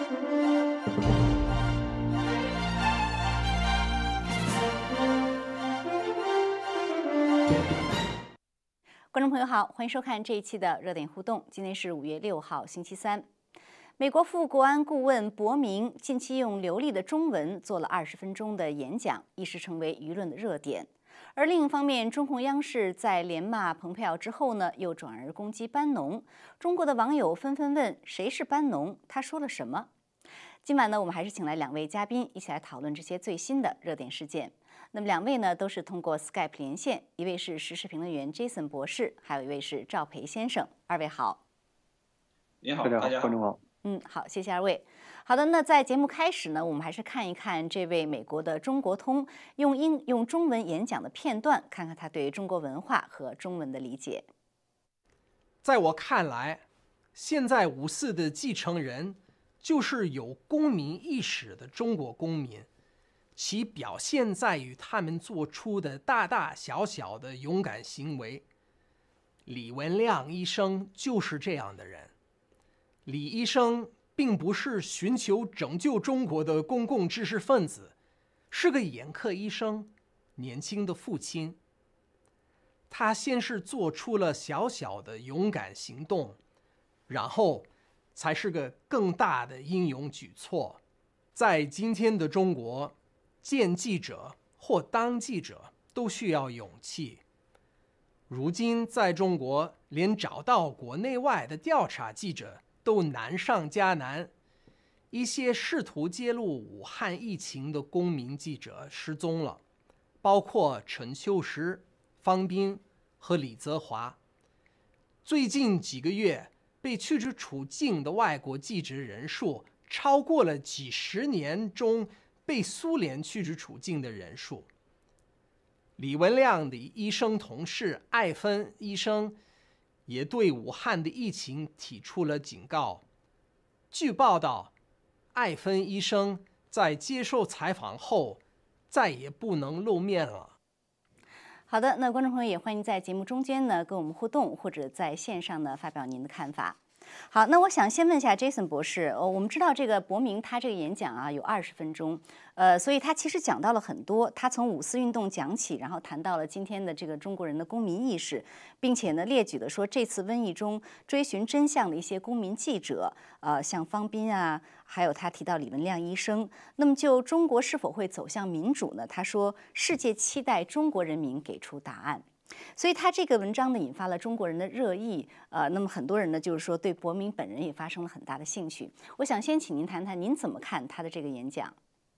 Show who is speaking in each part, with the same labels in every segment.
Speaker 1: 观众朋友好，欢迎收看这一期的热点互动。今天是5月6号，星期三。美国副国安顾问伯明近期用流利的中文做了20分钟的演讲，一时成为舆论的热点。而另一方面，中共央视在连骂蓬佩奥之后呢，又转而攻击班农。中国的网友纷纷问：谁是班农？他说了什么？今晚呢，我们还是请来2位嘉宾一起来讨论这些最新的热点事件。那么2位呢，都是通过 Skype 连线，一位是时事评论员 Jason 博士，还有一位是赵培先生。2位好。
Speaker 2: 您好，大家好，观众好。
Speaker 1: 好，谢谢2位。好的，那在节目开始呢，我们还是看一看这位美国的中国通用中文演讲的片段，看看他对中国文化和中文的理解。
Speaker 3: 在我看来，现在5·4的继承人就是有公民意识的中国公民，其表现在于他们做出的大大小小的勇敢行为。李文亮医生就是这样的人。李医生并不是寻求拯救中国的公共知识分子，是个眼科医生，年轻的父亲。他先是做出了小小的勇敢行动，然后才是个更大的英勇举措。在今天的中国，见记者或当记者都需要勇气。如今在中国，连找到国内外的调查记者都难上加难。一些试图揭露武汉疫情的公民记者失踪了，包括陈秀实、方斌和李泽华。最近几个月被驱逐出境的外国记者人数超过了几10年中被苏联驱逐出境的人数。李文亮的医生同事艾芬医生也对武汉的疫情提出了警告。据报道，艾芬医生在接受采访后再也不能露面了。
Speaker 1: 好的，那观众朋友也欢迎在节目中间呢跟我们互动，或者在线上呢发表您的看法。好，那我想先问一下 Jason 博士，我们知道这个伯明他这个演讲啊有20分钟，所以他其实讲到了很多，他从5·4运动讲起，然后谈到了今天的这个中国人的公民意识，并且呢列举了说这次瘟疫中追寻真相的一些公民记者，像方斌啊，还有他提到李文亮医生。那么就中国是否会走向民主呢？他说世界期待中国人民给出答案。所以他这个文章呢引发了中国人的热议，那么很多人呢就是说对伯明本人也发生了很大的兴趣。我想先请您谈谈您怎么看他的这个演讲。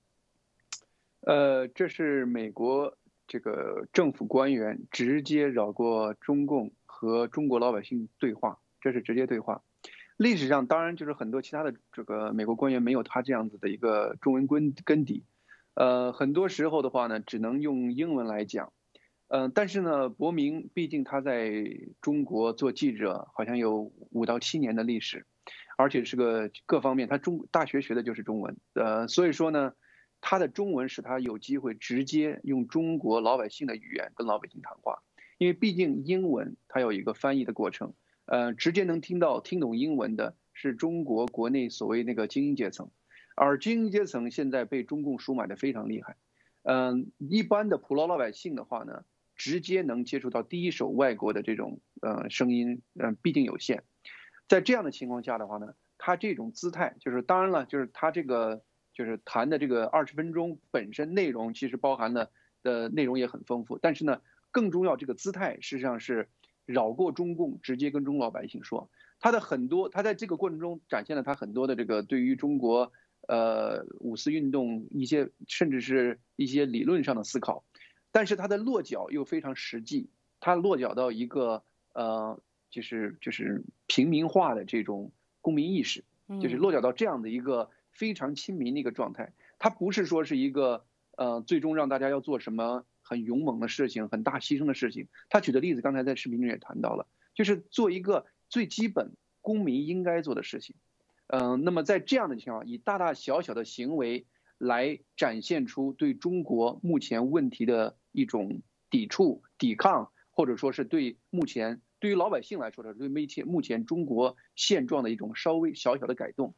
Speaker 2: 这是美国这个政府官员直接绕过中共和中国老百姓对话，这是直接对话。历史上当然就是很多其他的这个美国官员没有他这样子的一个中文根底，很多时候的话呢只能用英文来讲。但是呢，伯明毕竟他在中国做记者，好像有5到7年的历史，而且是个各方面，他大学学的就是中文，所以说呢，他的中文使他有机会直接用中国老百姓的语言跟老百姓谈话，因为毕竟英文它有一个翻译的过程，直接能听懂英文的是中国国内所谓那个精英阶层，而精英阶层现在被中共收买的非常厉害，一般的普罗老百姓的话呢，直接能接触到第一手外国的这种声音，必定有限。在这样的情况下的话呢，他这种姿态，就是当然了，就是他这个就是谈的这个20分钟本身内容其实包含的内容也很丰富，但是呢，更重要这个姿态实际上是绕过中共，直接跟中国老百姓说。他在这个过程中展现了他很多的这个对于中国5·4运动一些甚至是一些理论上的思考。但是他的落脚又非常实际，他落脚到一个就是平民化的这种公民意识，就是落脚到这样的一个非常亲民的一个状态。他不是说是一个最终让大家要做什么很勇猛的事情、很大牺牲的事情。他举的例子刚才在视频中也谈到了，就是做一个最基本公民应该做的事情。那么在这样的情况，以大大小小的行为来展现出对中国目前问题的一种抵抗，或者说是对于老百姓来说的，对目前中国现状的一种稍微小小的改动。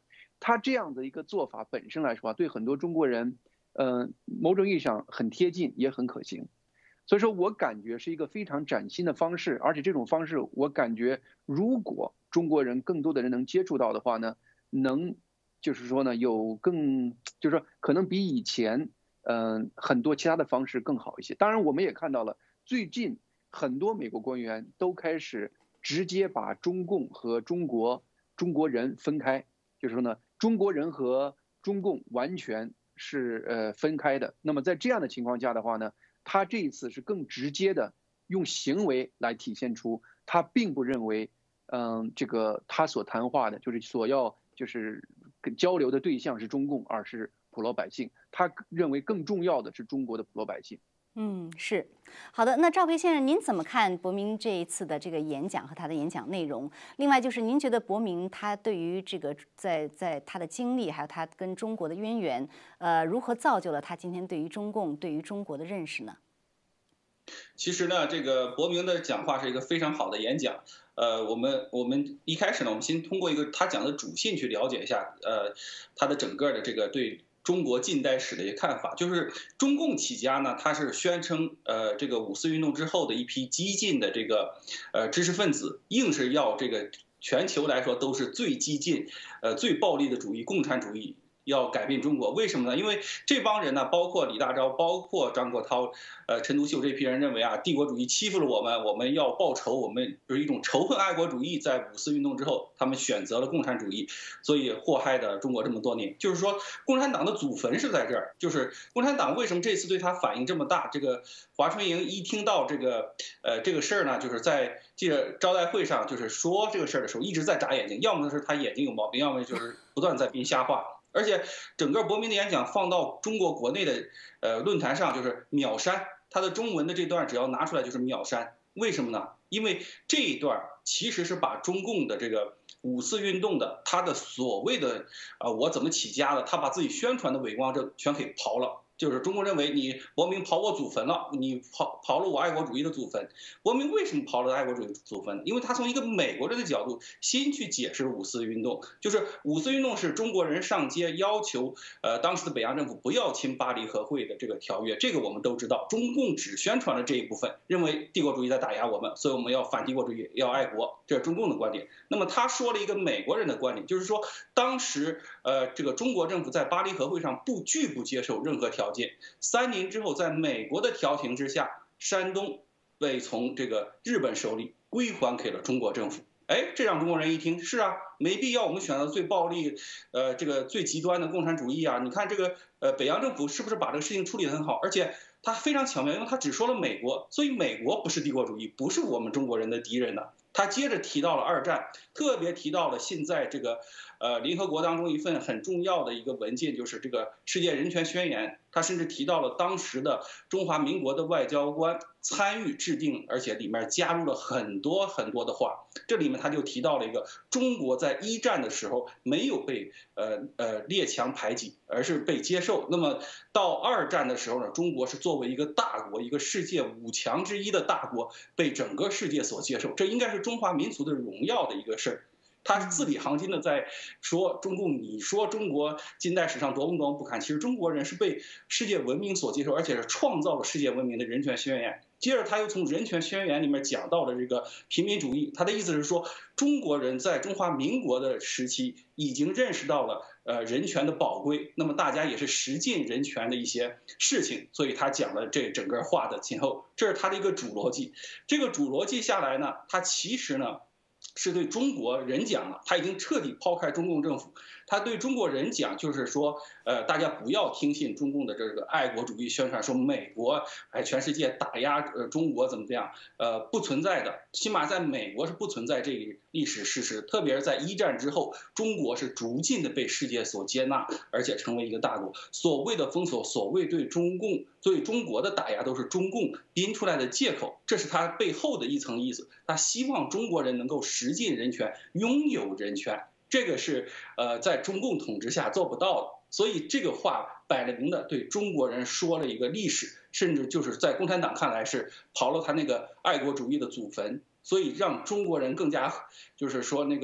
Speaker 2: 他这样的一个做法本身来说对很多中国人，某种意义上很贴近，也很可行。所以说我感觉是一个非常崭新的方式，而且这种方式我感觉，如果中国人更多的人能接触到的话呢，就是说呢，就是说可能比以前很多其他的方式更好一些。当然，我们也看到了最近很多美国官员都开始直接把中共和中国人分开，就是说呢，中国人和中共完全是分开的。那么在这样的情况下的话呢，他这一次是更直接的用行为来体现出他并不认为，这个他所谈话的就是交流的对象是中共，而是普罗百姓。他认为更重要的是中国的普罗百姓。
Speaker 1: 是，好的。那赵培先生，您怎么看伯明这一次的这个演讲和他的演讲内容？另外就是您觉得伯明他对于这个在他的经历，还有他跟中国的渊源，如何造就了他今天对于中共、对于中国的认识呢？
Speaker 4: 其实呢，这个伯明的讲话是一个非常好的演讲。我们一开始呢，我们先通过一个他讲的主信去了解一下，他的整个的这个对中国近代史的一些看法。就是中共起家呢，他是宣称，这个五四运动之后的一批激进的这个知识分子，硬是要这个全球来说都是最激进、最暴力的主义，共产主义。要改变中国，为什么呢？因为这帮人呢，包括李大钊，包括张国焘，陈独秀这批人认为啊，帝国主义欺负了我们，我们要报仇，我们就是一种仇恨爱国主义。在五四运动之后，他们选择了共产主义，所以祸害的中国这么多年。就是说，共产党的祖坟是在这儿。就是共产党为什么这次对他反应这么大？这个华春莹一听到这个事儿呢，就是在记者招待会上，就是说这个事儿的时候，一直在眨眼睛，要么是他眼睛有毛病，要么就是不断在编瞎话。而且整个伯明的演讲放到中国国内的论坛上，就是秒删。他的中文的这段只要拿出来就是秒删。为什么呢？因为这一段其实是把中共的这个五四运动的他的所谓的我怎么起家的，他把自己宣传的伪光正全给刨了。就是中国认为你伯明刨我祖坟了，你刨了我爱国主义的祖坟。伯明为什么刨了爱国主义的祖坟？因为他从一个美国人的角度先去解释五四运动，就是五四运动是中国人上街要求当时的北洋政府不要签巴黎和会的这个条约，这个我们都知道。中共只宣传了这一部分，认为帝国主义在打压我们，所以我们要反帝国主义，要爱国，这是中共的观点。那么他说了一个美国人的观点，就是说当时这个中国政府在巴黎和会上拒不接受任何条件。3年之后，在美国的调停之下，山东被从这个日本手里归还给了中国政府。这让中国人一听，是啊，没必要我们选择最暴力，这个最极端的共产主义啊。你看这个北洋政府是不是把这个事情处理得很好？而且他非常巧妙，因为他只说了美国，所以美国不是帝国主义，不是我们中国人的敌人呢。他接着提到了2战，特别提到了现在这个联合国当中一份很重要的一个文件，就是这个世界人权宣言。他甚至提到了当时的中华民国的外交官参与制定，而且里面加入了很多很多的话。这里面他就提到了一个中国在1战的时候没有被列强排挤，而是被接受。那么到2战的时候呢，中国是作为一个大国，一个世界5强之一的大国，被整个世界所接受。这应该是中华民族的荣耀的一个事儿。他字里行间的在说中共，你说中国近代史上多么多么不堪，其实中国人是被世界文明所接受，而且是创造了世界文明的人权宣言。接着他又从人权宣言里面讲到了这个平民主义，他的意思是说中国人在中华民国的时期已经认识到了人权的宝贵，那么大家也是实践人权的一些事情，所以他讲了这整个话的前后，这是他的一个主逻辑。这个主逻辑下来呢，他其实呢是对中国人讲了，他已经彻底抛开中共政府。他对中国人讲，就是说，大家不要听信中共的这个爱国主义宣传，说美国全世界打压中国怎么样，不存在的。起码在美国是不存在这个历史事实。特别是在1战之后，中国是逐渐的被世界所接纳，而且成为一个大国。所谓的封锁，所谓对中国的打压，都是中共编出来的借口。这是他背后的一层意思。他希望中国人能够实践人权，拥有人权。这个是在中共统治下做不到的，所以这个话摆了明的对中国人说了一个历史，甚至就是在共产党看来是刨了他那个爱国主义的祖坟，所以让中国人更加就是说那个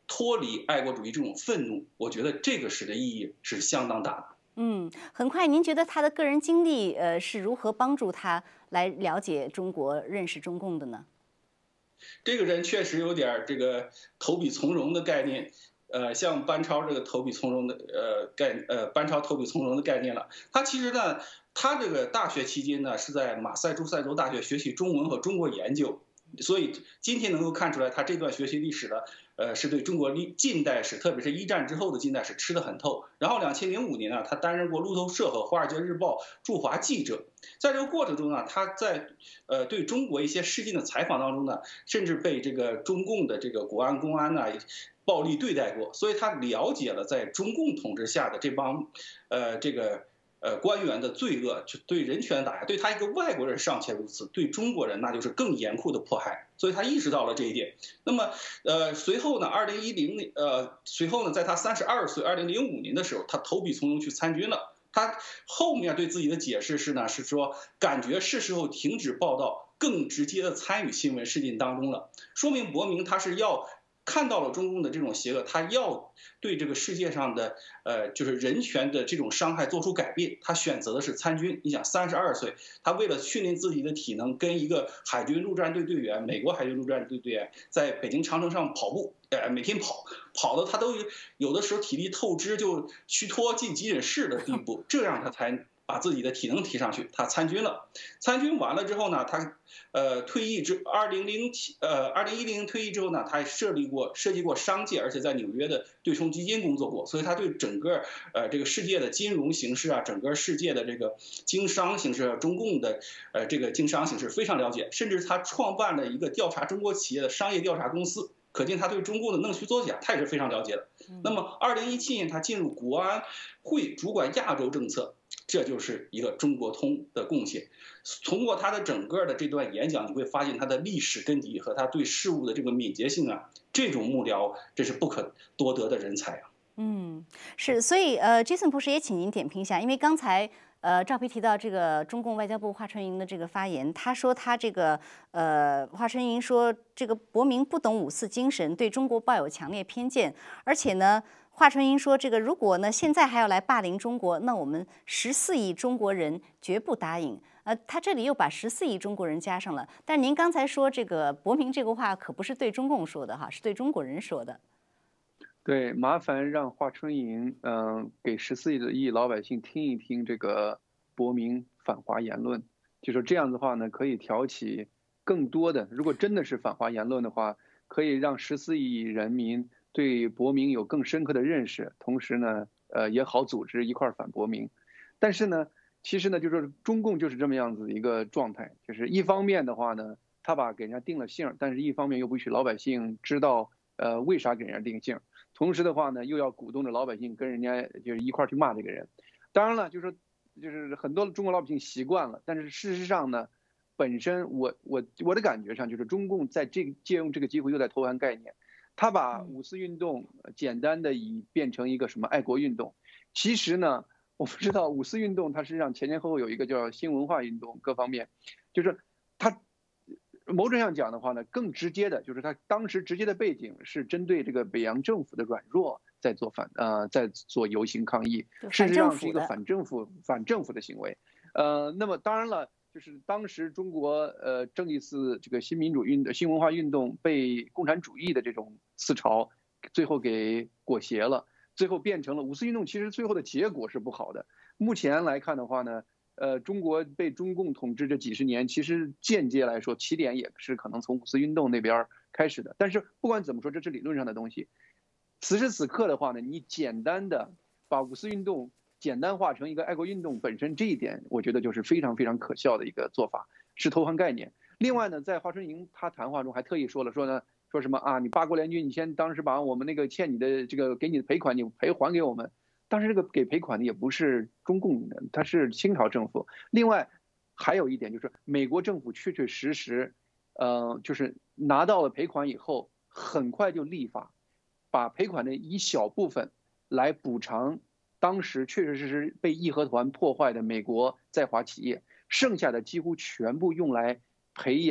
Speaker 4: 脱离爱国主义这种愤怒，我觉得这个使的意义是相当大的。
Speaker 1: 很快，您觉得他的个人经历是如何帮助他来了解中国、认识中共的呢？
Speaker 4: 这个人确实有点这个投笔从戎的概念，像班超这个投笔从戎的班超投笔从戎的概念了。他其实呢，他这个大学期间呢是在马赛诸塞州大学学习中文和中国研究，所以今天能够看出来，他这段学习历史呢，是对中国近代史，特别是一战之后的近代史吃得很透。然后2005年呢，他担任过路透社和华尔街日报驻华记者。在这个过程中呢，他在对中国一些事件的采访当中呢，甚至被这个中共的这个国安公安呢暴力对待过，所以他了解了在中共统治下的这帮官员的罪恶，就对人权的打压，对他一个外国人尚且如此，对中国人那就是更严酷的迫害，所以他意识到了这一点。那么，随后呢，随后呢，在他32岁，2005年的时候，他投笔从戎去参军了。他后面对自己的解释是说感觉是时候停止报道，更直接的参与新闻事件当中了，说明伯明他是要看到了中共的这种邪恶，他要对这个世界上的就是人权的这种伤害做出改变，他选择的是参军。你想32岁，他为了训练自己的体能，跟一个海军陆战队队员，美国海军陆战队队员，在北京长城上跑步，每天跑的他都有的时候体力透支，就虚脱进急诊室的地步，这样他才把自己的体能提上去。他参军了，参军完了之后呢，他退役至2010退役之后呢，他设计过商界，而且在纽约的对冲基金工作过，所以他对整个这个世界的金融形势啊，整个世界的这个经商形势，中共的这个经商形势非常了解，甚至他创办了一个调查中国企业的商业调查公司。可见他对中共的弄虚作假，他也是非常了解的。那么2017年，他进入国安会主管亚洲政策，这就是一个中国通的贡献。通过他的整个的这段演讲，你会发现他的历史根底和他对事物的这个敏捷性啊，这种幕僚这是不可多得的人才啊。
Speaker 1: 是，所以Jason 博士也请您点评一下，因为刚才赵培提到这个中共外交部华春莹的这个发言，他说他这个华春莹说这个伯明不懂五四精神，对中国抱有强烈偏见，而且呢，华春莹说这个如果呢现在还要来霸凌中国，那我们14亿中国人绝不答应。他这里又把14亿中国人加上了，但您刚才说这个伯明这个话可不是对中共说的哈，是对中国人说的。
Speaker 2: 对，麻烦让华春莹给14亿老百姓听一听这个伯明反华言论，就说这样的话呢，可以挑起更多的，如果真的是反华言论的话，可以让14亿人民对伯明有更深刻的认识，同时呢，也好组织一块儿反伯明。但是呢，其实呢，就是中共就是这么样子的一个状态，就是一方面的话呢，他把给人家定了性，但是一方面又不许老百姓知道为啥给人家定性。同时的话呢，又要鼓动着老百姓跟人家就是一块去骂这个人。当然了，就是很多中国老百姓习惯了，但是事实上呢，本身我的感觉上就是中共在借用这个机会又在偷换概念，他把五四运动简单的变成一个什么爱国运动。其实呢，我们知道五四运动它实际上前后有一个叫新文化运动，各方面就是它。某种上讲的话呢，更直接的就是他当时直接的背景是针对这个北洋政府的软弱在做游行抗议，事实上是一个反政府的行为。那么当然了，就是当时中国正义四这个新文化运动被共产主义的这种思潮最后给裹挟了，最后变成了五四运动。其实最后的结果是不好的。目前来看的话呢。中国被中共统治这几十年，其实间接来说，起点也是可能从五四运动那边开始的。但是不管怎么说，这是理论上的东西。此时此刻的话呢，你简单的把五四运动简单化成一个爱国运动，本身这一点，我觉得就是非常非常可笑的一个做法，是偷换概念。另外呢，在华春莹他谈话中还特意说什么啊，你八国联军，你当时把我们那个欠你的这个给你的赔款，你还给我们。当时这个给赔款的也不是中共的，他是清朝政府。另外还有一点就是，美国政府确确实实，就是拿到了赔款以后，很快就立法，把赔款的一小部分来补偿当时确确实实被义和团破坏的美国在华企业，剩下的几乎全部用来培养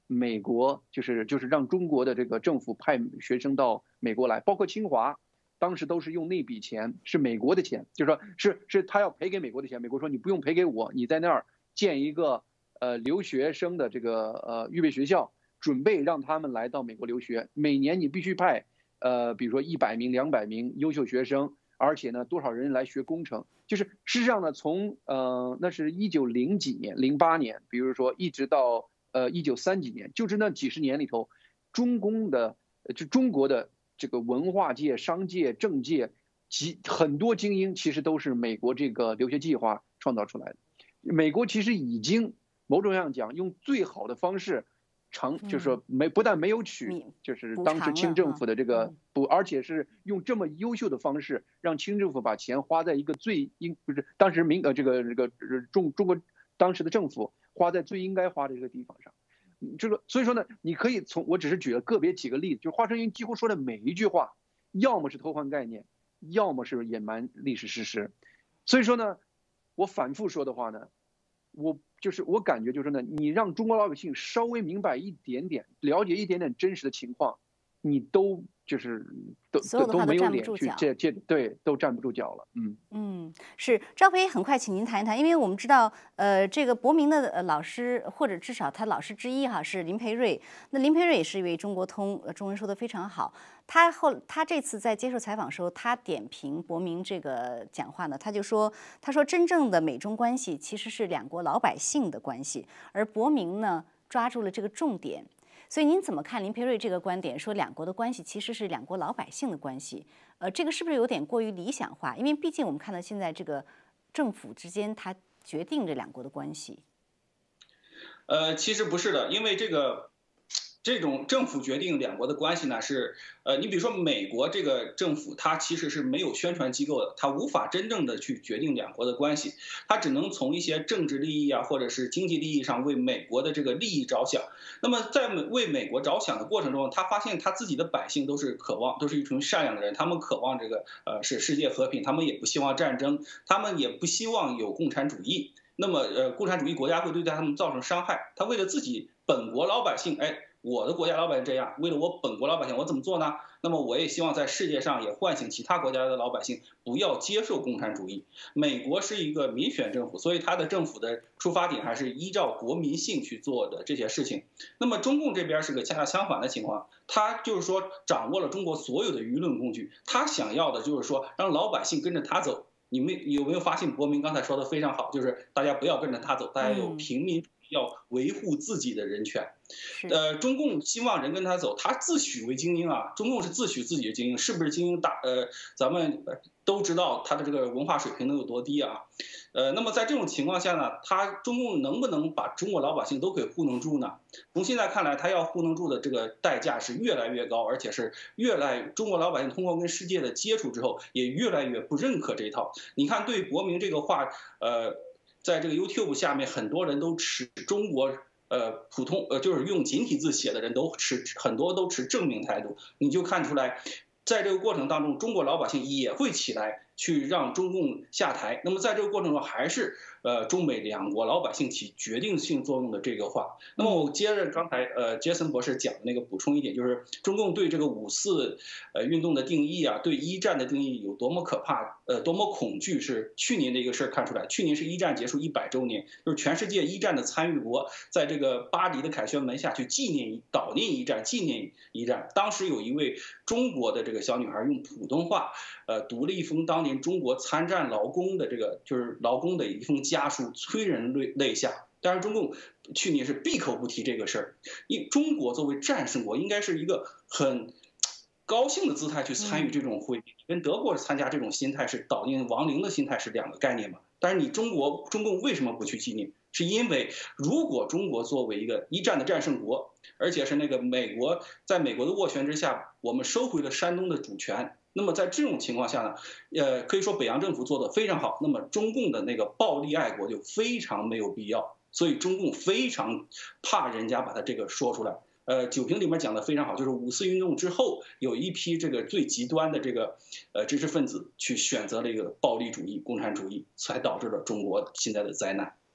Speaker 2: 美国就是让中国的这个政府派学生到美国来，包括清华，当时都是用那笔钱是美国的钱，就是说是他要赔给美国的钱，美国说你不用赔给我，你在那儿建一个留学生的这个预备学校，准备让他们来到美国留学，每年你必须派比如说100名、200名优秀学生，而且呢多少人来学工程，就是事实上呢从那是1900几年、08年，比如说一直到1930几年，就是那几十年里头，中国的这个文化界、商界、政界很多精英其实都是美国这个留学计划创造出来的。美国其实已经某种上讲用最好的方式就是说不但没有取就是当时清政府的这个而且是用这么优秀的方式让清政府把钱花在一个不是当时中国当时的政府花在最应该花的这个地方上。所以说呢，你可以我只是举了个别几个例子，就是华盛顿几乎说的每一句话，要么是偷换概念，要么是隐瞒历史事实。所以说呢，我反复说的话呢，我感觉就是呢，你让中国老百姓稍微明白一点点，了解一点点真实的情况，你都没有脸去对，都站不住脚了。
Speaker 1: 是赵培，很快请您谈一谈，因为我们知道，这个伯明的老师或者至少他老师之一哈是林培瑞，那林培瑞也是一位中国通，中文说的非常好。他这次在接受采访时候，他点评伯明这个讲话呢，他说真正的美中关系其实是两国老百姓的关系，而伯明呢抓住了这个重点。所以您怎么看林培瑞这个观点，说两国的关系其实是两国老百姓的关系？这个是不是有点过于理想化？因为毕竟我们看到现在这个政府之间，它决定这两国的关系。
Speaker 4: 其实不是的，因为这种政府决定两国的关系呢，是你比如说美国这个政府，它其实是没有宣传机构的，它无法真正的去决定两国的关系，它只能从一些政治利益啊，或者是经济利益上为美国的这个利益着想。那么在为美国着想的过程中，他发现他自己的百姓都是一群善良的人，他们渴望这个是世界和平，他们也不希望战争，他们也不希望有共产主义。那么共产主义国家会对他们造成伤害，他为了自己本国老百姓，我的国家老百姓这样，为了我本国老百姓，我怎么做呢？那么我也希望在世界上也唤醒其他国家的老百姓，不要接受共产主义。美国是一个民选政府，所以它的政府的出发点还是依照国民性去做的这些事情。那么中共这边是个恰恰相反的情况，他就是说掌握了中国所有的舆论工具，他想要的就是说让老百姓跟着他走。你们有没有发现伯明刚才说的非常好，就是大家不要跟着他走，大家有平民要维护自己的人权。中共希望人跟他走，他自诩为精英啊，中共是自诩自己的精英，是不是精英咱们都知道他的这个文化水平能有多低啊。那么在这种情况下呢，中共能不能把中国老百姓都给糊弄住呢？从现在看来，他要糊弄住的这个代价是越来越高，而且是中国老百姓通过跟世界的接触之后，也越来越不认可这一套。你看，对伯明这个话，在这个 YouTube 下面，很多人都持中国普通就是用简体字写的人很多都持正面态度，你就看出来，在这个过程当中，中国老百姓也会起来去让中共下台。那么在这个过程中，还是中美两国老百姓起决定性作用的这个话。那么我接着刚才杰森博士讲的那个补充一点，就是中共对这个5·4运动的定义啊，对一战的定义有多么可怕，多么恐惧，是去年的一个事儿看出来。去年是一战结束100周年，就是全世界一战的参与国在这个巴黎的凯旋门下去悼念一战，纪念一战。当时有一位中国的这个小女孩用普通话读了一封当年中国参战劳工的就是劳工的一封家书，催人泪下。当然，中共去年是闭口不提这个事儿。中国作为战胜国，应该是一个很高兴的姿态去参与这种会议，跟德国参加这种心态是悼念亡灵的心态是两个概念嘛。但是中共为什么不去纪念？是因为如果中国作为一个一战的战胜国，而且是那个在美国的斡旋之下，我们收回了山东的主权。那么在这种情况下呢，可以说北洋政府做得非常好。那么中共的那个暴力爱国就非常没有必要，所以中共非常怕人家把它这个说出来。九评里面讲的非常好，就是5·4运动之后，有一批这个最极端的这个知识分子去选择了一个暴力主义、共产主义，才导致了中国现在的灾难。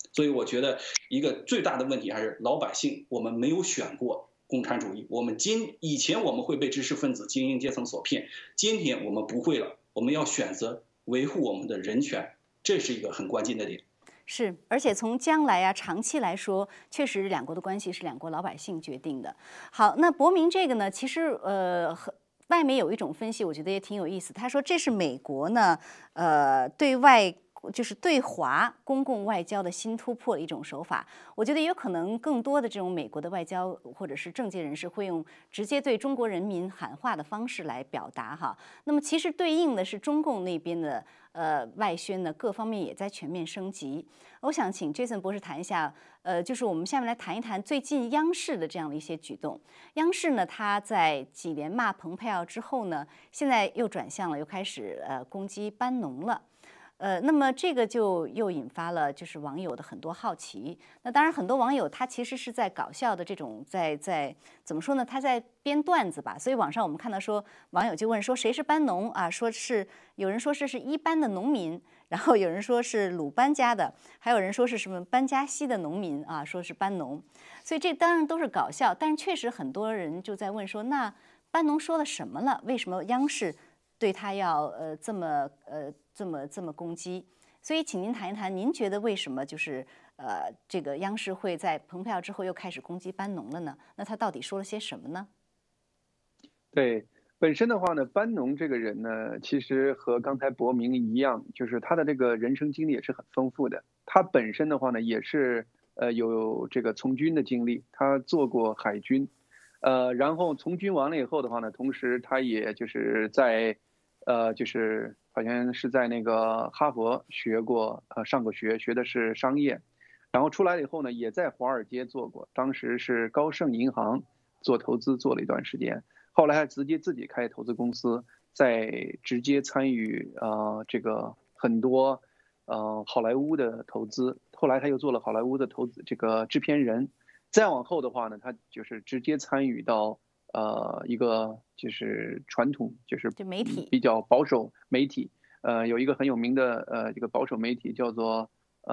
Speaker 4: 所以我觉得一个最大的问题还是老百姓，我们没有选过共产主义。以前我们会被知识分子、精英阶层所骗，今天我们不会了，我们要选择维护我们的人权，这是一个很关键的点。
Speaker 1: 是，而且从将来啊长期来说，确实两国的关系是两国老百姓决定的。好，那博明这个呢，其实外媒有一种分析，我觉得也挺有意思。他说这是美国呢，对外就是对华公共外交的新突破的一种手法。我觉得有可能更多的这种美国的外交或者是政界人士会用直接对中国人民喊话的方式来表达哈。那么其实对应的是中共那边的外宣呢，各方面也在全面升级。我想请 Jason 博士谈一下，就是我们下面来谈一谈最近央视的这样的一些举动。央视呢，它在几连骂蓬佩奥之后呢，现在又转向了，又开始攻击班农了。那么这个就又引发了就是网友的很多好奇。那当然，很多网友他其实是在搞笑的这种在怎么说呢？他在编段子吧。所以网上我们看到说，网友就问说谁是班农啊？说是有人说是一般的农民，然后有人说是鲁班家的，还有人说是什么班加西的农民啊，说是班农。所以这当然都是搞笑，但是确实很多人就在问说，那班农说了什么了？为什么央视对他要这么攻击？所以请您谈一谈，您觉得为什么就是这个央视会在蓬佩奥之后又开始攻击班农了呢？那他到底说了些什么呢？
Speaker 2: 对，本身的话呢，班农这个人呢，其实和刚才博明一样，就是他的这个人生经历也是很丰富的。他本身的话呢，也是有这个从军的经历，他做过海军，然后从军完了以后的话呢，同时他也就是在就是好像是在那个哈佛学过，上过学，学的是商业，然后出来了以后呢，也在华尔街做过，当时是高盛银行做投资做了一段时间，后来还直接自己开投资公司，再直接参与这个很多好莱坞的投资，后来他又做了好莱坞的投资这个制片人，再往后的话呢，他就是直接参与到一个就是传统就是
Speaker 1: 媒体
Speaker 2: 比较保守媒体，有一个很有名的这个保守媒体叫做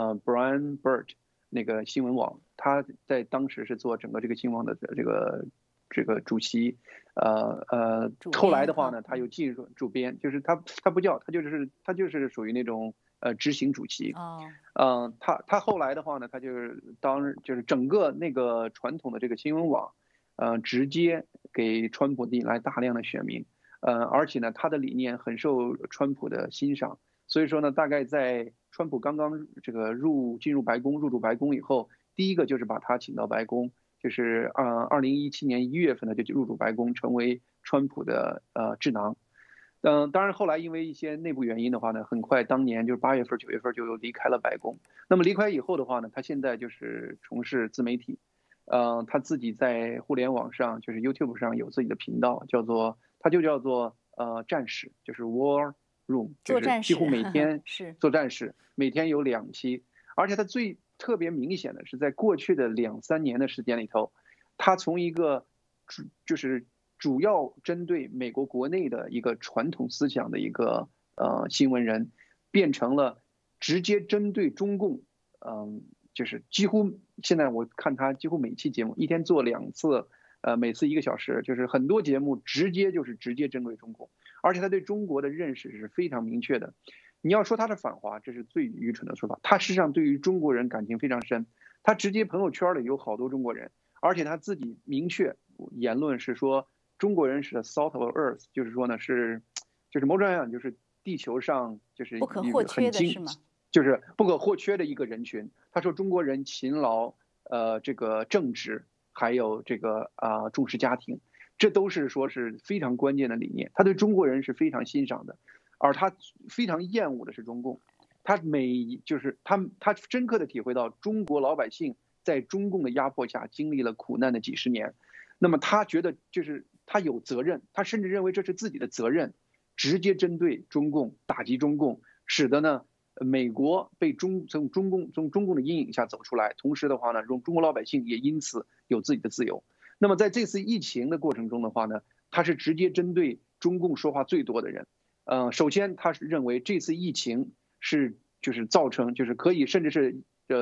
Speaker 2: Brian Burt 那个新闻网，他在当时是做整个这个新闻网的这个主席，后来的话呢，他又进入主编，就是他不叫他就是属于那种执行主席。他后来的话呢，他就是整个那个传统的这个新闻网，直接给川普引来大量的选民，而且呢，他的理念很受川普的欣赏，所以说呢，大概在川普刚刚这个入主白宫以后，第一个就是把他请到白宫。就是2017年1月份呢就入主白宫，成为川普的智囊。当然后来因为一些内部原因的话呢，很快当年就是8月份9月份就离开了白宫。那么离开以后的话呢，他现在就是从事自媒体，他自己在互联网上就是 YouTube 上有自己的频道，叫做战士，就是 War Room， 就是几乎每天做战士，每天有2期，而且他最特别明显的是，在过去的2-3年的时间里头，他从一个就是主要针对美国国内的一个传统思想的一个新闻人，变成了直接针对中共，就是几乎现在我看他几乎每期节目一天做2次，每次1个小时，就是很多节目直接针对中共，而且他对中国的认识是非常明确的。你要说他是反华，这是最愚蠢的说法。他实际上对于中国人感情非常深，他直接朋友圈里有好多中国人，而且他自己明确言论是说中国人是 salt of earth， 就是说呢就是某种讲就是地球上就是
Speaker 1: 不可或缺的是吗？
Speaker 2: 就是不可或缺的一个人群。他说中国人勤劳，这个正直，还有这个重视家庭，这都是说是非常关键的理念。他对中国人是非常欣赏的。而他非常厌恶的是中共，他深刻的体会到中国老百姓在中共的压迫下经历了苦难的几十年，那么他觉得就是他有责任，他甚至认为这是自己的责任，直接针对中共，打击中共，使得呢美国被从中共的阴影下走出来，同时的话呢，中国老百姓也因此有自己的自由。那么在这次疫情的过程中的话呢，他是直接针对中共说话最多的人。首先他是认为这次疫情就是造成就是可以甚至是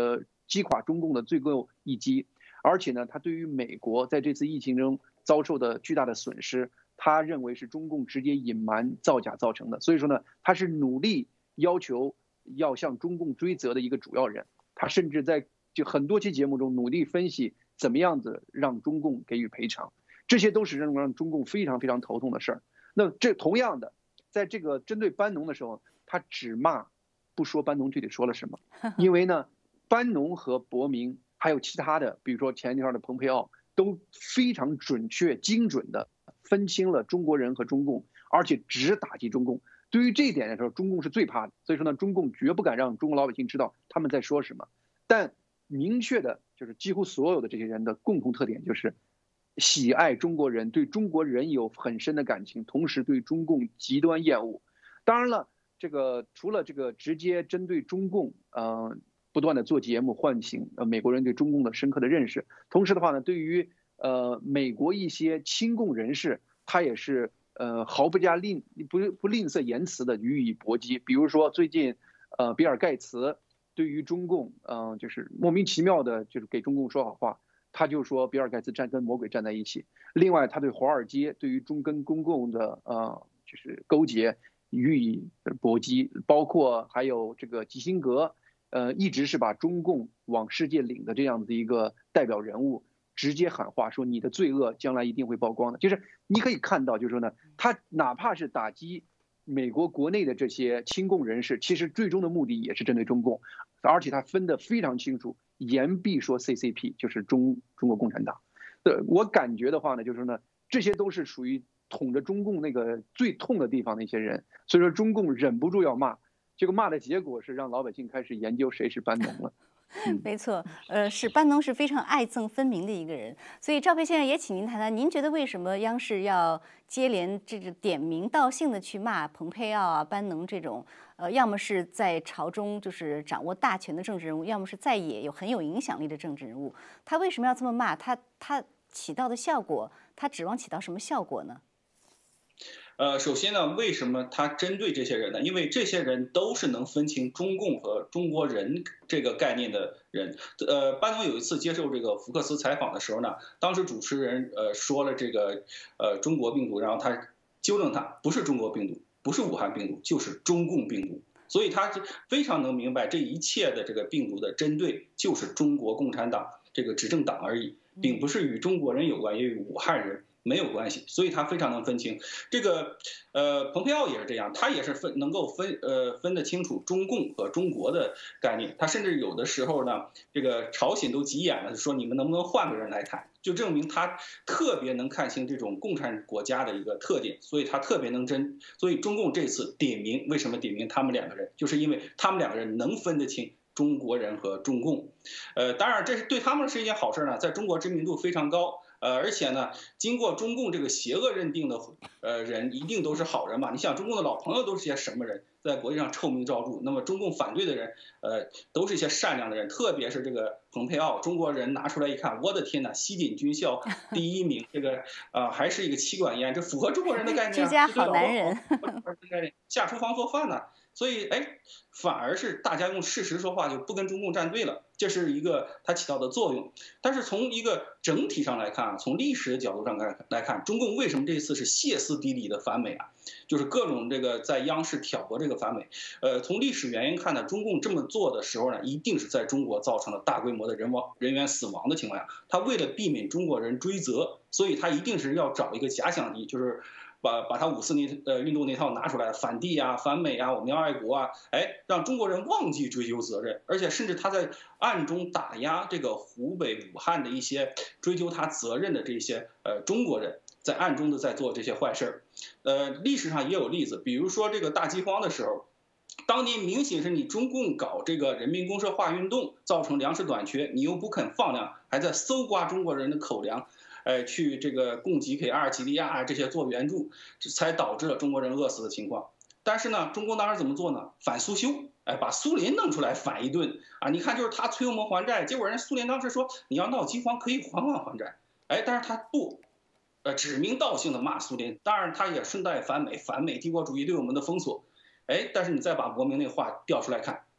Speaker 2: 击垮中共的最后一击。而且呢，他对于美国在这次疫情中遭受的巨大的损失，他认为是中共直接隐瞒造假造成的。所以说呢，他是努力要求要向中共追责的一个主要人。他甚至在就很多期节目中努力分析怎么样子让中共给予赔偿，这些都是让中共非常非常头痛的事儿。那这同样的，在这个针对班农的时候，他只骂不说班农具体说了什么，因为呢，班农和伯明还有其他的，比如说前一段的蓬佩奥，都非常准确精准的分清了中国人和中共，而且只打击中共。对于这一点来说，中共是最怕的。所以说呢，中共绝不敢让中国老百姓知道他们在说什么。但明确的就是几乎所有的这些人的共同特点就是喜爱中国人，对中国人有很深的感情，同时对中共极端厌恶。当然了，这个除了这个直接针对中共，不断的做节目唤醒美国人对中共的深刻的认识，同时的话呢，对于美国一些亲共人士，他也是毫不吝啬言辞的予以搏击。比如说最近比尔盖茨对于中共就是莫名其妙的就是给中共说好话，他就说比尔盖茨跟魔鬼站在一起。另外他对华尔街对于跟中共的就是勾结予以搏击，包括还有这个基辛格一直是把中共往世界领的这样子一个代表人物，直接喊话说你的罪恶将来一定会曝光的。就是你可以看到，就是说呢，他哪怕是打击美国国内的这些亲共人士，其实最终的目的也是针对中共，而且他分得非常清楚，言必说 CCP 就是中国共产党。我感觉的话呢，就是说呢，这些都是属于捅着中共那个最痛的地方的一些人，所以说中共忍不住要骂，这个骂的结果是让老百姓开始研究谁是班农了。
Speaker 1: 没错，是班农是非常爱憎分明的一个人，所以赵培先生也请您谈谈，您觉得为什么央视要接连这个点名道姓的去骂蓬佩奥啊、班农这种，要么是在朝中就是掌握大权的政治人物，要么是在野很有影响力的政治人物，他为什么要这么骂？他起到的效果，他指望起到什么效果呢？
Speaker 4: 首先呢，为什么他针对这些人呢？因为这些人都是能分清中共和中国人这个概念的人。班农有一次接受这个福克斯采访的时候呢，当时主持人说了这个中国病毒，然后他纠正他，不是中国病毒，不是武汉病毒，就是中共病毒。所以他非常能明白这一切的这个病毒的针对就是中国共产党这个执政党而已，并不是与中国人有关，也与武汉人没有关系，所以他非常能分清。这个蓬佩奥也是这样，他也是能够分得清楚中共和中国的概念。他甚至有的时候呢，这个朝鲜都急眼了，说你们能不能换个人来谈，就证明他特别能看清这种共产国家的一个特点，所以他特别能针。所以中共这次点名，为什么点名他们两个人，就是因为他们两个人能分得清中国人和中共。当然这是对他们是一件好事呢，在中国知名度非常高。而且呢，经过中共这个邪恶认定的人一定都是好人嘛？你想中共的老朋友都是些什么人，在国际上臭名昭著。那么中共反对的人，都是一些善良的人，特别是这个蓬佩奥，中国人拿出来一看，我的天哪，西点军校第1名，这个还是一个妻管严，这符合中国人的概念，
Speaker 1: 居家好男人，
Speaker 4: 下厨房做饭呢。所以反而是大家用事实说话，就不跟中共站队了，这是一个它起到的作用。但是从一个整体上来看，从历史的角度上来看，中共为什么这次是歇斯底里的反美啊？就是各种这个在央视挑拨这个反美。从历史原因看呢，中共这么做的时候呢，一定是在中国造成了大规模的人员死亡的情况下，他为了避免中国人追责，所以他一定是要找一个假想敌，就是把他54年运动那套拿出来，反帝啊、反美啊、我们要爱国啊，让中国人忘记追究责任，而且甚至他在暗中打压这个湖北武汉的一些追究他责任的这些中国人，在暗中的在做这些坏事历史上也有例子，比如说这个大饥荒的时候，当年明显是你中共搞这个人民公社化运动，造成粮食短缺，你又不肯放粮，还在搜刮中国人的口粮。去这个供给给阿尔及利亚这些做援助，才导致了中国人饿死的情况。但是呢，中共当时怎么做呢？反苏修，把苏联弄出来反一顿啊！你看，就是他催我们还债，结果人苏联当时说你要闹饥荒可以还债，但是他不，指名道姓的骂苏联，当然他也顺带反美帝国主义对我们的封锁，但是你再把伯明那话调出来看。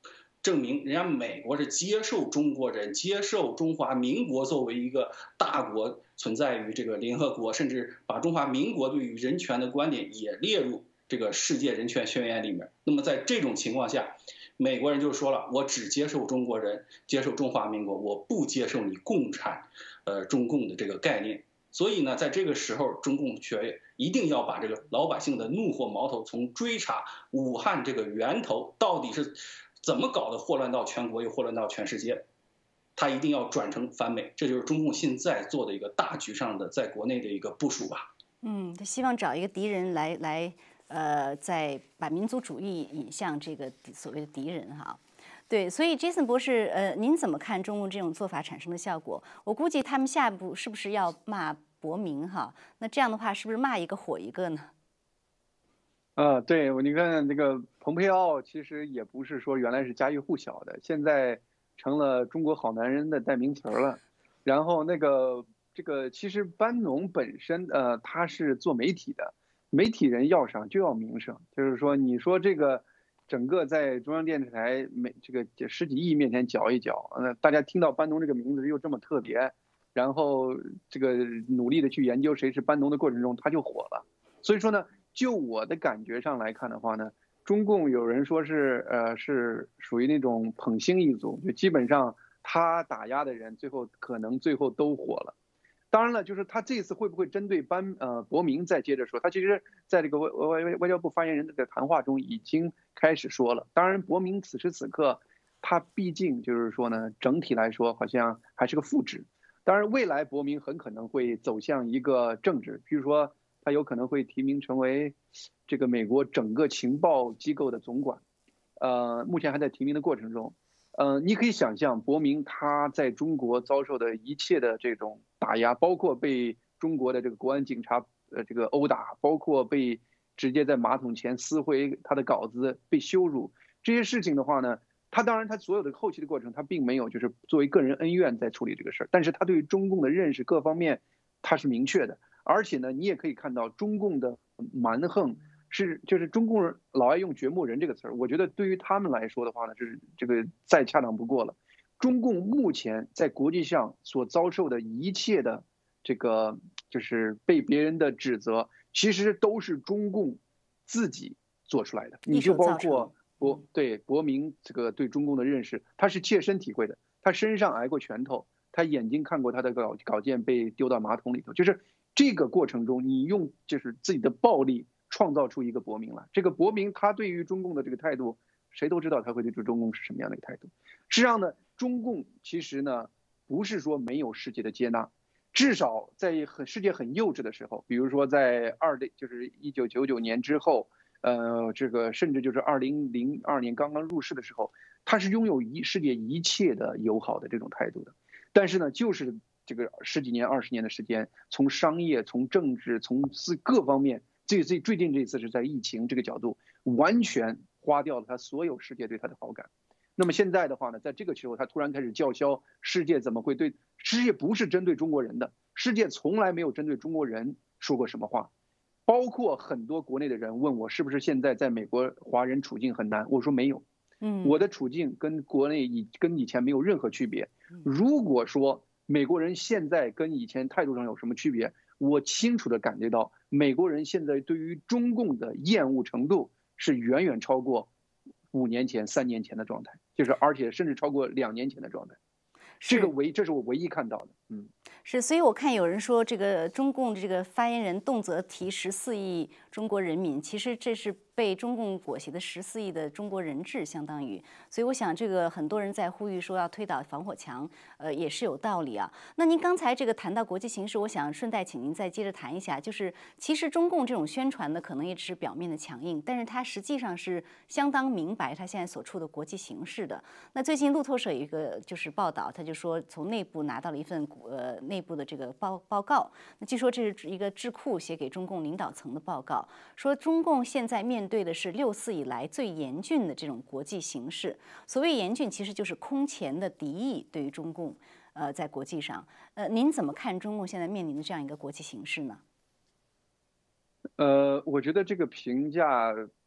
Speaker 4: 证明人家美国是接受中国人、接受中华民国作为一个大国存在于这个联合国，甚至把中华民国对于人权的观点也列入这个世界人权宣言里面。那么在这种情况下，美国人就说了，我只接受中国人，接受中华民国，我不接受你共产，中共的这个概念。所以呢，在这个时候，中共却一定要把这个老百姓的怒火矛头从追查武汉这个源头到底是怎么搞的，祸乱到全国又祸乱到全世界，他一定要转成反美。这就是中共现在做的一个大局上的在国内的一个部署吧。
Speaker 1: 他希望找一个敌人来再把民族主义引向这个所谓的敌人哈。对，所以 Jason 博士，您怎么看中共这种做法产生的效果？我估计他们下一步是不是要骂伯明哈？那这样的话，是不是骂一个火一个呢？
Speaker 2: 对，你看这个蓬佩奥其实也不是说原来是家喻户晓的，现在成了中国好男人的代名词了。然后这个其实班农本身他是做媒体的，媒体人要啥就要名声，就是说你说这个。整个在中央电视台这个10几亿面前搅一搅，大家听到班农这个名字又这么特别，然后这个努力的去研究谁是班农的过程中，他就火了。所以说呢，就我的感觉上来看的话呢，中共有人说是属于那种捧星一族，就基本上他打压的人可能最后都火了。当然了，就是他这次会不会针对伯明再接着说？他其实在这个外交部发言人的谈话中已经开始说了。当然，伯明此时此刻，他毕竟就是说呢，整体来说好像还是个副职。当然，未来伯明很可能会走向一个政治，比如说他有可能会提名成为这个美国整个情报机构的总管，目前还在提名的过程中。你可以想象伯明他在中国遭受的一切的这种打压，包括被中国的这个国安警察这个殴打，包括被直接在马桶前撕毁他的稿子，被羞辱，这些事情的话呢，他当然他所有的后期的过程他并没有就是作为个人恩怨在处理这个事儿，但是他对于中共的认识各方面他是明确的，而且呢，你也可以看到中共的蛮横。就是中共人老爱用掘墓人这个词儿，我觉得对于他们来说的话呢，这个再恰当不过了。中共目前在国际上所遭受的一切的这个就是被别人的指责，其实都是中共自己做出来的。你就包括伯明这个对中共的认识，他是切身体会的，他身上挨过拳头，他眼睛看过他的稿件被丢到马桶里头，就是这个过程中，你用就是自己的暴力。创造出一个伯明来，这个伯明他对于中共的这个态度，谁都知道他会对中共是什么样的一个态度。实际上呢，中共其实呢不是说没有世界的接纳，至少在世界很幼稚的时候，比如说在就是1999年之后，这个甚至就是2002年刚刚入世的时候，他是拥有世界一切的友好的这种态度的。但是呢，就是这个10几年、20年的时间，从商业、从政治、从各方面。最近这一次是在疫情这个角度，完全花掉了他所有世界对他的好感。那么现在的话呢，在这个时候他突然开始叫嚣，世界怎么会对世界不是针对中国人的，世界从来没有针对中国人说过什么话。包括很多国内的人问我是不是现在在美国华人处境很难，我说没有，我的处境跟国内跟以前没有任何区别。如果说美国人现在跟以前态度上有什么区别，我清楚地感觉到，美国人现在对于中共的厌恶程度是远远超过5年前、3年前的状态，就是而且甚至超过2年前的状态。这是我唯一看到的。
Speaker 1: 是，所以我看有人说，这个中共这个发言人动辄提14亿中国人民，其实这是被中共裹挟的14亿的中国人质，相当于。所以我想，这个很多人在呼吁说要推倒防火墙，也是有道理啊。那您刚才这个谈到国际形势，我想顺带请您再接着谈一下，就是其实中共这种宣传呢，可能也只是表面的强硬，但是它实际上是相当明白它现在所处的国际形势的。那最近路透社有一个就是报道，他就说从内部拿到了一份内部的这个报告，那据说这是一个智库写给中共领导层的报告，说中共现在面对的是6·4以来最严峻的这种国际形势。所谓严峻，其实就是空前的敌意对于中共，在国际上，您怎么看中共现在面临的这样一个国际形势呢？
Speaker 2: 我觉得这个评价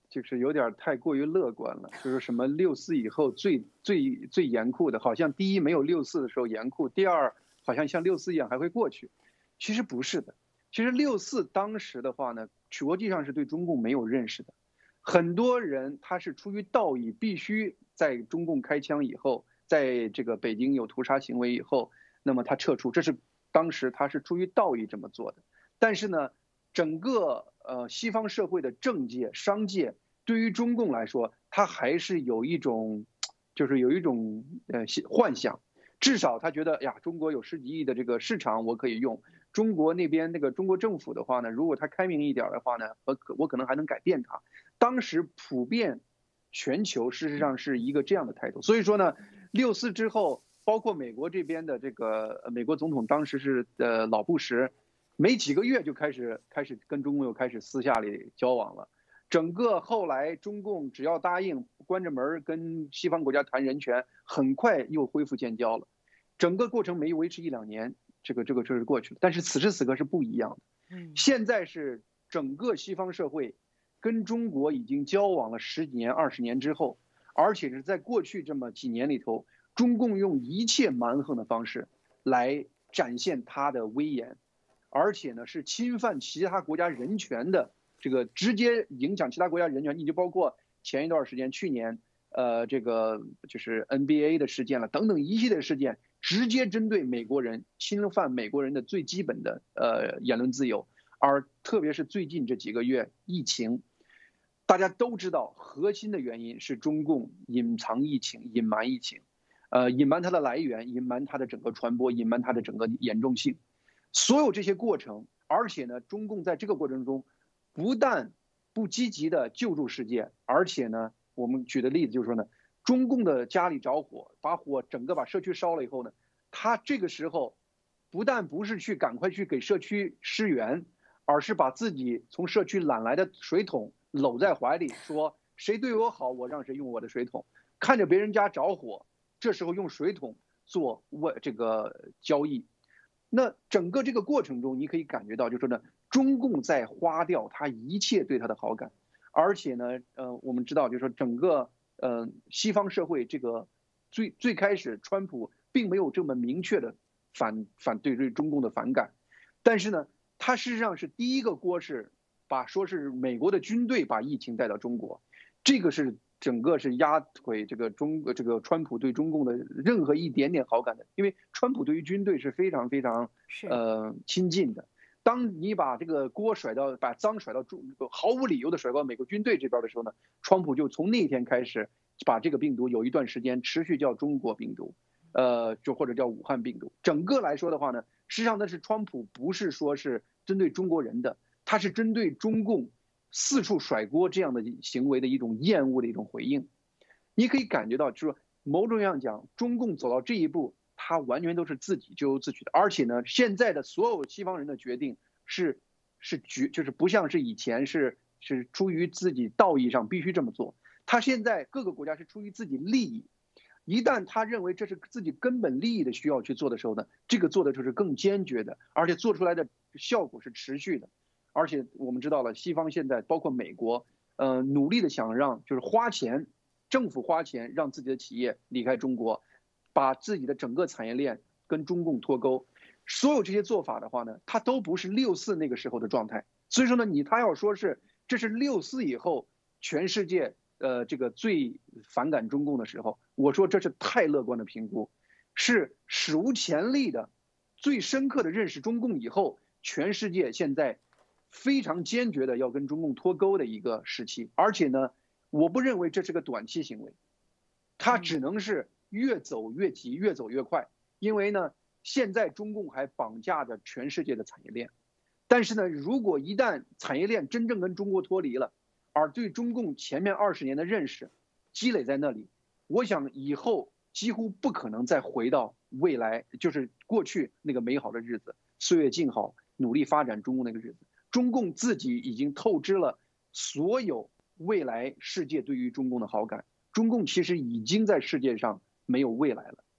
Speaker 2: 就是有点太过于乐观了，就是什么6·4以后最严酷的，好像第一没有6·4的时候严酷，第二好像像6·4一样还会过去，其实不是的。其实6·4当时的话呢，国际上是对中共没有认识的，很多人他是出于道义，必须在中共开枪以后，在这个北京有屠杀行为以后，那么他撤出，这是当时他是出于道义这么做的。但是呢，整个西方社会的政界、商界对于中共来说，他还是有一种，就是有一种幻想，至少他觉得呀，中国有10几亿的这个市场我可以用，中国那边那个中国政府的话呢，如果他开明一点的话呢，我可能还能改变他。当时普遍全球事实上是一个这样的态度，所以说呢，6·4之后，包括美国这边的这个美国总统当时是老布什。没几个月就开始跟中共又开始私下里交往了，整个后来中共只要答应关着门跟西方国家谈人权，很快又恢复建交了，整个过程没维持1、2年，这是过去了。但是此时此刻是不一样的，现在是整个西方社会跟中国已经交往了10几年、20年之后，而且是在过去这么几年里头，中共用一切蛮横的方式来展现他的威严。而且呢，是侵犯其他国家人权的，这个直接影响其他国家人权，你就包括前一段时间，去年，这个就是 NBA 的事件了，等等一系列事件，直接针对美国人，侵犯美国人的最基本的言论自由。而特别是最近这几个月疫情，大家都知道，核心的原因是中共隐藏疫情、隐瞒疫情，隐瞒它的来源，隐瞒它的整个传播，隐瞒它的整个严重性。所有这些过程，而且呢，中共在这个过程中，不但不积极的救助世界，而且呢，我们举的例子就是说呢，中共的家里着火，整个把社区烧了以后呢，他这个时候不但不是去赶快去给社区施援，而是把自己从社区揽来的水桶搂在怀里，说谁对我好，我让谁用我的水桶，看着别人家着火，这时候用水桶做这个交易。那整个这个过程中，你可以感觉到，就是说呢，中共在花掉他一切对他的好感，而且呢，我们知道，就是说整个西方社会这个最开始，川普并没有这么明确的对中共的反感，但是呢，他事实上是第一个锅是说是美国的军队把疫情带到中国，这个是整个是压腿这个川普对中共的任何一点点好感的，因为川普对于军队是非常非常亲近的。当你把这个锅把脏甩到毫无理由的甩到美国军队这边的时候呢，川普就从那天开始把这个病毒有一段时间持续叫中国病毒，或者叫武汉病毒。整个来说的话呢，实际上那是川普不是说是针对中国人的，他是针对中共四处甩锅这样的行为的一种厌恶的一种回应。你可以感觉到，就是说某种意义上讲，中共走到这一步，他完全都是自己咎由自取的。而且呢，现在的所有西方人的决定就是不像是以前是出于自己道义上必须这么做。他现在各个国家是出于自己利益，一旦他认为这是自己根本利益的需要去做的时候呢，这个做的就是更坚决的，而且做出来的效果是持续的。而且我们知道了，西方现在包括美国，努力的想让就是政府花钱让自己的企业离开中国，把自己的整个产业链跟中共脱钩。所有这些做法的话呢，它都不是6·4那个时候的状态。所以说呢，他要说这是6·4以后全世界这个最反感中共的时候，我说这是太乐观的评估，是史无前例的最深刻的认识中共以后，全世界现在非常坚决的要跟中共脱钩的一个时期。而且呢，我不认为这是个短期行为，它只能是越走越急，越走越快。因为呢，现在中共还绑架着全世界的产业链，但是呢，如果一旦产业链真正跟中国脱离了，而对中共前面20年的认识积累在那里，我想以后几乎不可能再回到未来，就是过去那个美好的日子，岁月静好，努力发展中共那个日子。中共自己已经透支了所有未来世界对于中共的好感，中共其实已经在世界上没有未来了。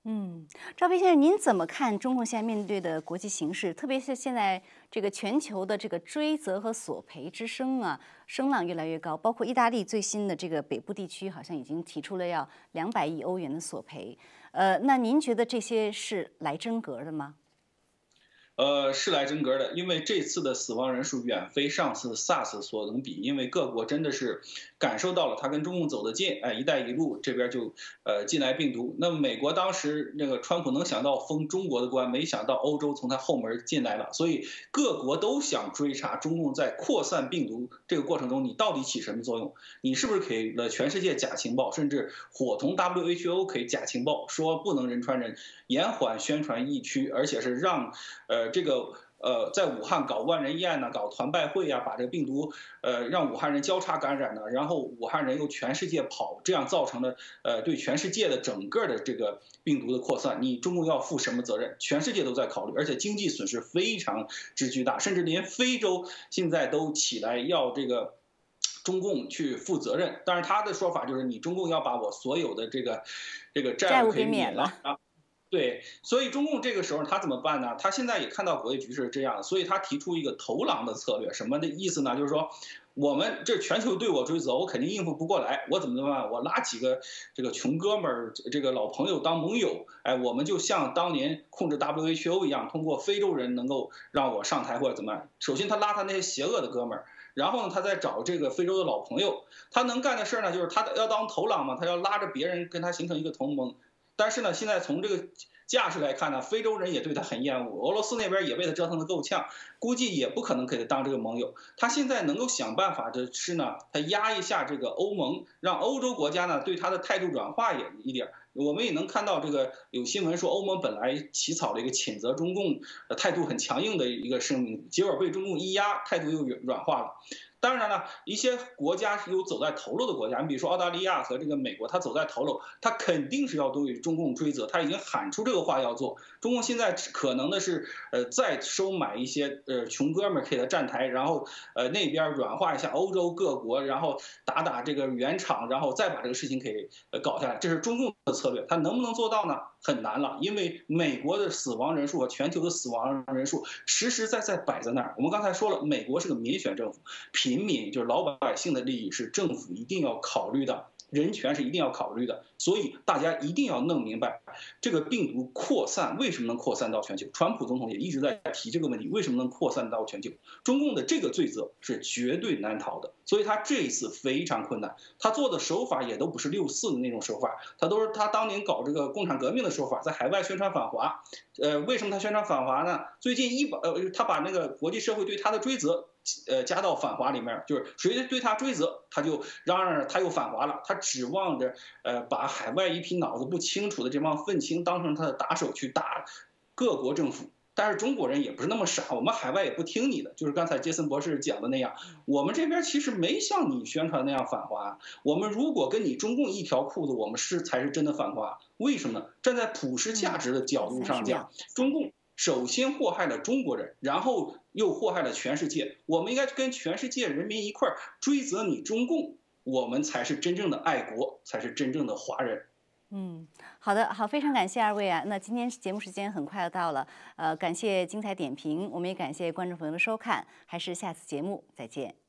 Speaker 1: 赵飞先生，您怎么看中共现在面对的国际形势？特别是现在这个全球的这个追责和索赔之声啊，声浪越来越高。包括意大利最新的这个北部地区，好像已经提出了要200亿欧元的索赔。那您觉得这些是来真格的吗？
Speaker 4: 是来真格的，因为这次的死亡人数远非上次 SARS 所能比，因为各国真的是感受到了他跟中共走得近，一带一路这边就进来病毒。那么美国当时那个川普能想到封中国的关，没想到欧洲从他后门进来了，所以各国都想追查中共在扩散病毒这个过程中你到底起什么作用，你是不是给了全世界假情报，甚至伙同 WHO 给假情报，说不能人传人，延缓宣传疫区，而且是让在武汉搞万人宴呢，搞团拜会呀，把这个病毒让武汉人交叉感染呢，然后武汉人又全世界跑，这样造成了对全世界的整个的这个病毒的扩散，你中共要负什么责任？全世界都在考虑，而且经济损失非常之巨大，甚至连非洲现在都起来要这个中共去负责任。但是他的说法就是，你中共要把我所有的这个债务可以免了啊。对，所以中共这个时候他怎么办呢？他现在也看到国际局势是这样，所以他提出一个头狼的策略，什么的意思呢？就是说，我们这全球对我追责，我肯定应付不过来，我怎么办？我拉几个这个穷哥们儿、这个老朋友当盟友，我们就像当年控制 WHO 一样，通过非洲人能够让我上台或者怎么样。首先他拉他那些邪恶的哥们儿，然后呢，他再找这个非洲的老朋友，他能干的事呢，就是他要当头狼嘛，他要拉着别人跟他形成一个同盟。但是呢，现在从这个架势来看呢，非洲人也对他很厌恶，俄罗斯那边也被他折腾得够呛，估计也不可能给他当这个盟友。他现在能够想办法的是呢，他压一下这个欧盟，让欧洲国家呢对他的态度软化一点。我们也能看到这个有新闻说，欧盟本来起草了一个谴责中共态度很强硬的一个声明，结果被中共一压，态度又软化了。当然了，一些国家有走在头路的国家，你比如说澳大利亚和这个美国，他走在头路，他肯定是要对中共追责，他已经喊出这个话要做。中共现在可能的是，再收买一些穷哥们儿给他站台，然后那边软化一下欧洲各国，然后打这个原厂，然后再把这个事情给搞下来，这是中共的策略。他能不能做到呢？很难了，因为美国的死亡人数和全球的死亡人数实实在在摆在那儿。我们刚才说了，美国是个民选政府，平民就是老百姓的利益是政府一定要考虑的，人权是一定要考虑的，所以大家一定要弄明白，这个病毒扩散为什么能扩散到全球？川普总统也一直在提这个问题，为什么能扩散到全球？中共的这个罪责是绝对难逃的，所以他这一次非常困难，他做的手法也都不是64的那种手法，他都是他当年搞这个共产革命的手法，在海外宣传反华。为什么他宣传反华呢？最近他把那个国际社会对他的追责。加到反华里面，就是谁对他追责，他就嚷嚷着他又反华了。他指望着把海外一批脑子不清楚的这帮愤青当成他的打手去打各国政府。但是中国人也不是那么傻，我们海外也不听你的。就是刚才杰森博士讲的那样，我们这边其实没像你宣传那样反华。我们如果跟你中共一条裤子，我们才是真的反华。为什么呢？站在普世价值的角度上讲，中共首先祸害了中国人，然后又祸害了全世界。我们应该跟全世界人民一块追责你中共，我们才是真正的爱国，才是真正的华人。
Speaker 1: 好的，好，非常感谢二位啊。那今天节目时间很快要到了，感谢精彩点评，我们也感谢观众朋友的收看，还是下次节目再见。